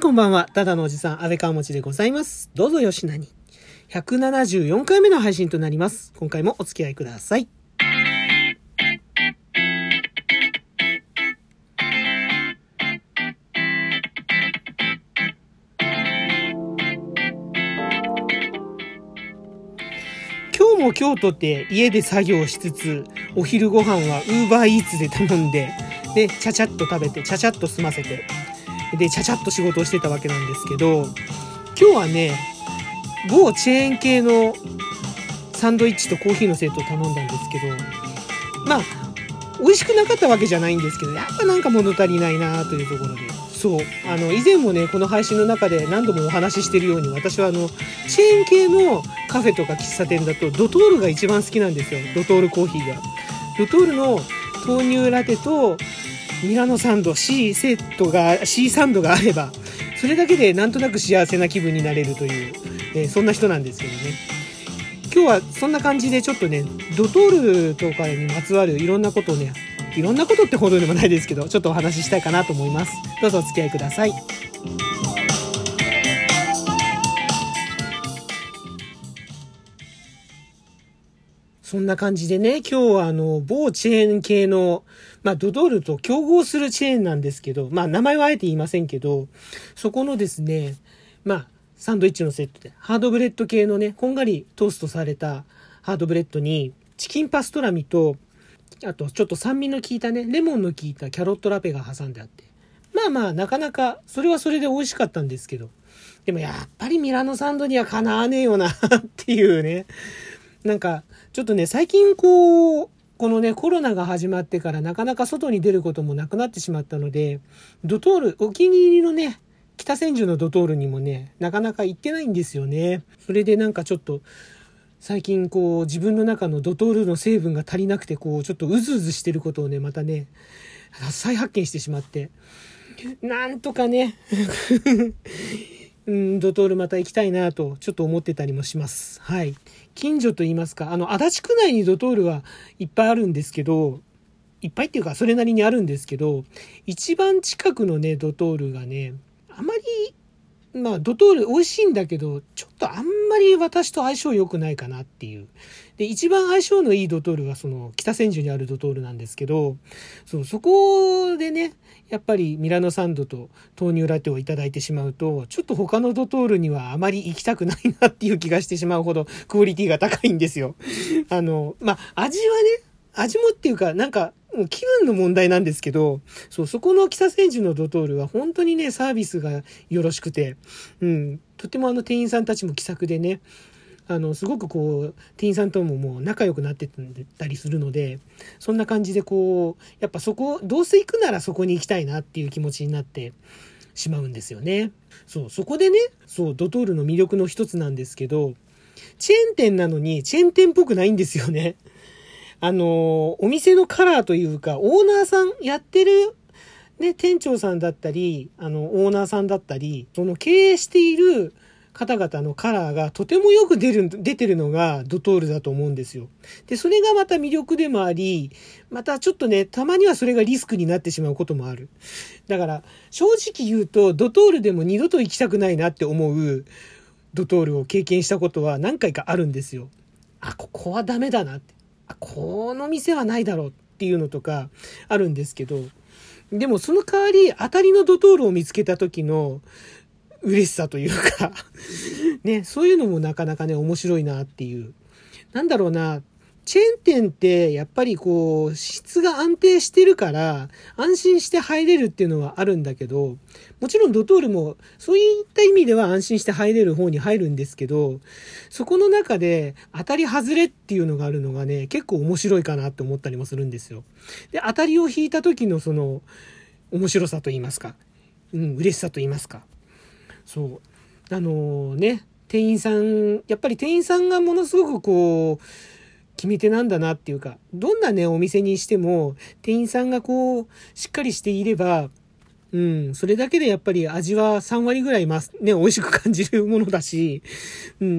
こんばんは。ただのおじさん、安倍川持でございます。どうぞよしなに。174回目の配信となります。今回もお付き合いください。今日も今日とって家で作業しつつ、お昼ご飯はUber Eatsで頼んで、で、ちゃちゃっと食べて、ちゃちゃっと済ませて、で、ちゃちゃっと仕事をしてたわけなんですけど、今日はね、某チェーン系のサンドイッチとコーヒーのセットを頼んだんですけど、まあ、美味しくなかったわけじゃないんですけど、やっぱなんか物足りないなというところで、そう、以前もね、この配信の中で何度もお話ししてるように、私はチェーン系のカフェとか喫茶店だと、ドトールが一番好きなんですよ。ドトールコーヒーが。ドトールの豆乳ラテとミラノサンド、C サンドがあれば、それだけでなんとなく幸せな気分になれるという、そんな人なんですけどね。今日はそんな感じでちょっとね、ドトールとかにまつわるいろんなことをね、いろんなことってほどでもないですけど、ちょっとお話ししたいかなと思います。どうぞお付き合いください。そんな感じでね、今日は某チェーン系の、ドトールと競合するチェーンなんですけど、名前はあえて言いませんけど、そこのですね、サンドイッチのセットで、ハードブレッド系のね、こんがりトーストされたハードブレッドに、チキンパストラミと、あとちょっと酸味の効いたね、レモンの効いたキャロットラペが挟んであって、なかなか、それはそれで美味しかったんですけど、でもやっぱりミラノサンドにはかなわねえよなっていうね、なんか、ちょっとね、最近このね、コロナが始まってからなかなか外に出ることもなくなってしまったので、ドトール、お気に入りのね、北千住のドトールにもね、なかなか行ってないんですよね。それでなんかちょっと、最近自分の中のドトールの成分が足りなくて、ちょっとうずうずしてることをね、またね、再発見してしまって、なんとかね、ドトールまた行きたいなとちょっと思ってたりもします。はい。近所と言いますか、足立区内にドトールはいっぱいあるんですけど、いっぱいっていうかそれなりにあるんですけど、一番近くのね、ドトールがね、あまり、ドトール美味しいんだけど、ちょっとあんまり私と相性良くないかなっていう。で、一番相性のいいドトールがその北千住にあるドトールなんですけど、そこでね、やっぱりミラノサンドと豆乳ラテをいただいてしまうと、ちょっと他のドトールにはあまり行きたくないなっていう気がしてしまうほどクオリティが高いんですよ。味はね、味もっていうか、なんか、もう気分の問題なんですけど、そこの北千住のドトールは本当にね、サービスがよろしくて、とても店員さんたちも気さくでね、すごく店員さんとももう仲良くなってたりするので、そんな感じでやっぱどうせ行くならそこに行きたいなっていう気持ちになってしまうんですよね。そこでね、ドトールの魅力の一つなんですけど、チェーン店なのにチェーン店っぽくないんですよね。お店のカラーというか、オーナーさんやってる、ね、店長さんだったり、オーナーさんだったり、その経営している方々のカラーがとてもよく出てるのがドトールだと思うんですよ。で、それがまた魅力でもあり、またちょっとね、たまにはそれがリスクになってしまうこともある。だから、正直言うと、ドトールでも二度と行きたくないなって思うドトールを経験したことは何回かあるんですよ。ここはダメだなって。この店はないだろうっていうのとかあるんですけど、でもその代わり当たりのドトールを見つけた時の嬉しさというかね、そういうのもなかなかね、面白いなっていう。なんだろうな、チェーン店ってやっぱり質が安定してるから安心して入れるっていうのはあるんだけど、もちろんドトールもそういった意味では安心して入れる方に入るんですけど、そこの中で当たり外れっていうのがあるのがね、結構面白いかなって思ったりもするんですよ。で、当たりを引いた時のその面白さと言いますか、嬉しさと言いますか。店員さん、やっぱり店員さんがものすごく決め手なんだなっていうか、どんなね、お店にしても、店員さんがしっかりしていれば、それだけでやっぱり味は3割ぐらい美味しく感じるものだし、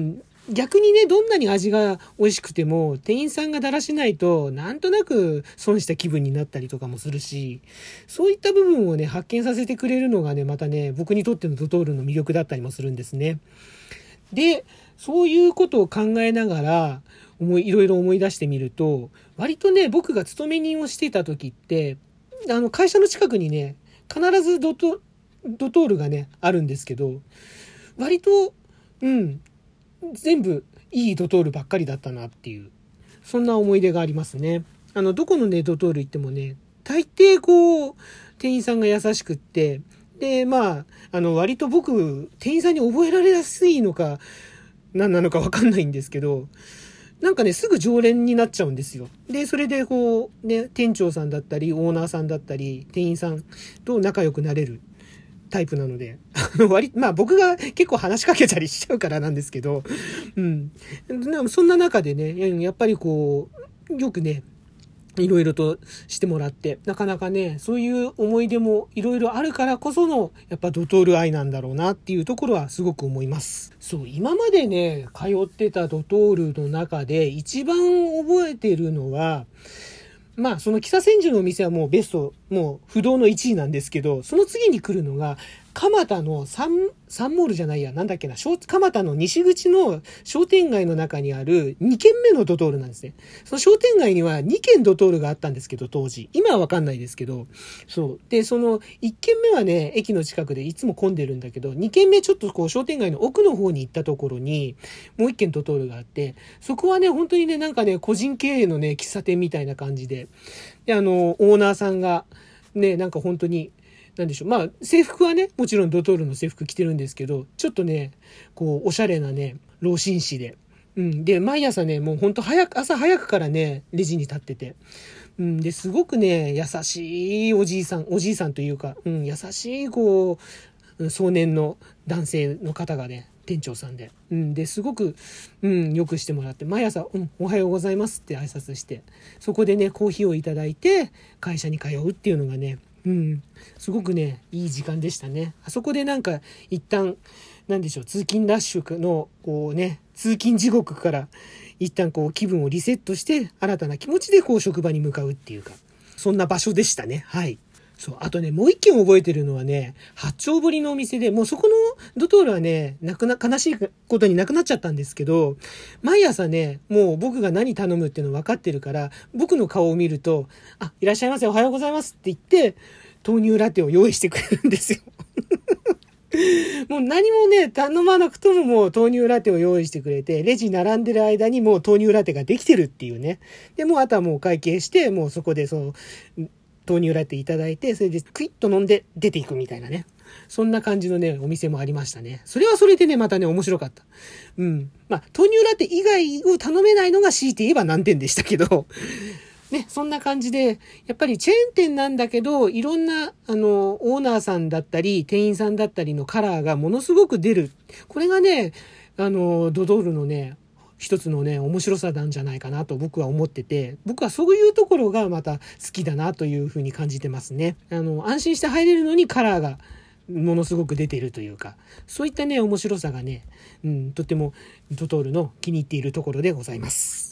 逆にね、どんなに味が美味しくても、店員さんがだらしないと、なんとなく損した気分になったりとかもするし、そういった部分をね、発見させてくれるのがね、またね、僕にとってのドトールの魅力だったりもするんですね。で、そういうことを考えながら、いろいろ思い出してみると、割とね、僕が勤め人をしていた時って、会社の近くにね、必ずドトールがね、あるんですけど、割と、全部いいドトールばっかりだったなっていう、そんな思い出がありますね。どこのね、ドトール行ってもね、大抵こう、店員さんが優しくって、で、割と僕、店員さんに覚えられやすいのか、何なのかわかんないんですけど、なんかね、すぐ常連になっちゃうんですよ。で、それでこう、ね、店長さんだったり、オーナーさんだったり、店員さんと仲良くなれるタイプなので、僕が結構話しかけたりしちゃうからなんですけど、そんな中でね、やっぱりこう、よくね、いろいろとしてもらって、なかなかね、そういう思い出もいろいろあるからこその、やっぱドトール愛なんだろうなっていうところはすごく思います。そう、今までね、通ってたドトールの中で一番覚えてるのは、その北千住のお店はもうベスト、もう不動の1位なんですけど、その次に来るのが、蒲田のサンモールじゃないや、なんだっけな、蒲田の西口の商店街の中にある2軒目のドトールなんですね。その商店街には2軒ドトールがあったんですけど、当時。今はわかんないですけど、そう。で、その1軒目はね、駅の近くでいつも混んでるんだけど、2軒目ちょっとこう商店街の奥の方に行ったところに、もう1軒ドトールがあって、そこはね、本当にね、なんかね、個人経営のね、喫茶店みたいな感じで、で、オーナーさんが、ね、なんか本当に、なんでしょう。制服はね、もちろんドトールの制服着てるんですけど、ちょっとね、こう、おしゃれなね、老紳士で。で、毎朝ね、もうほんと朝早くからね、レジに立ってて。で、すごくね、優しいおじいさんというか、優しい、こう、壮年の男性の方がね、店長さんで。で、すごく、よくしてもらって、毎朝、おはようございますって挨拶して、そこでね、コーヒーをいただいて、会社に通うっていうのがね、すごくね、いい時間でしたね。あそこでなんか、一旦、なんでしょう、通勤ラッシュの、こうね、通勤地獄から、一旦こう気分をリセットして、新たな気持ちでこう職場に向かうっていうか、そんな場所でしたね。はい。そう。あとね、もう一軒覚えてるのはね、八丁堀のお店で、もうそこのドトールはね、悲しいことになくなっちゃったんですけど、毎朝ね、もう僕が何頼むっていうの分かってるから、僕の顔を見ると、いらっしゃいませ、おはようございますって言って、豆乳ラテを用意してくれるんですよ。もう何もね、頼まなくとももう豆乳ラテを用意してくれて、レジ並んでる間にもう豆乳ラテができてるっていうね。で、もうあとはもう会計して、もうそこで豆乳ラテいただいて、それでクイッと飲んで出ていくみたいなね。そんな感じのね、お店もありましたね。それはそれでね、またね、面白かった。豆乳ラテ以外を頼めないのが強いて言えば難点でしたけど、ね、そんな感じで、やっぱりチェーン店なんだけど、いろんな、オーナーさんだったり、店員さんだったりのカラーがものすごく出る。これがね、ドトールのね、一つのね、面白さなんじゃないかなと僕は思ってて、僕はそういうところがまた好きだなというふうに感じてますね。安心して入れるのにカラーがものすごく出ているというか、そういったね、面白さがね、とってもドトールの気に入っているところでございます。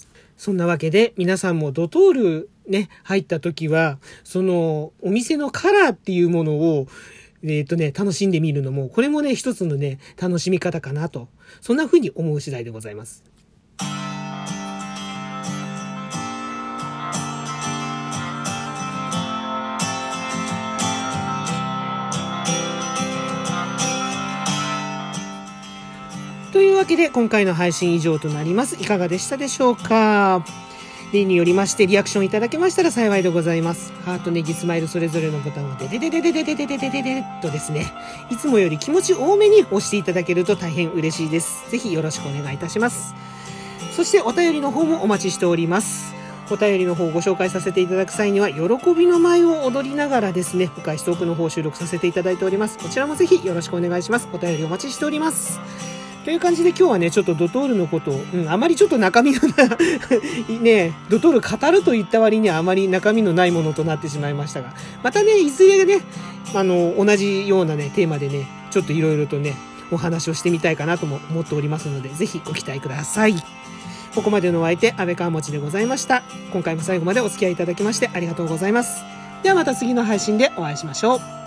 そんなわけで皆さんもドトールね、入った時は、そのお店のカラーっていうものを楽しんでみるのも、これもね、一つのね、楽しみ方かなと、そんな風に思う次第でございます。というわけで今回の配信以上となります。いかがでしたでしょうか。例によりましてリアクションいただけましたら幸いでございます。ハート、ネギ、スマイルそれぞれのボタンをデデデデデデデデデデデデとですね、いつもより気持ち多めに押していただけると大変嬉しいです。ぜひよろしくお願いいたします。そしてお便りの方もお待ちしております。お便りの方をご紹介させていただく際には、喜びの舞を踊りながらですね、お返しトークの方を収録させていただいております。こちらもぜひよろしくお願いします。お便りお待ちしております。という感じで今日はね、ちょっとドトールのことを、あまりちょっと中身のね、ドトール語ると言った割にはあまり中身のないものとなってしまいましたが、またね、いずれね、同じようなね、テーマでね、ちょっといろいろとね、 お話をしてみたいかなとも思っておりますので、ぜひご期待ください。ここまでのお相手、安倍川持でございました。今回も最後までお付き合いいただきましてありがとうございます。ではまた次の配信でお会いしましょう。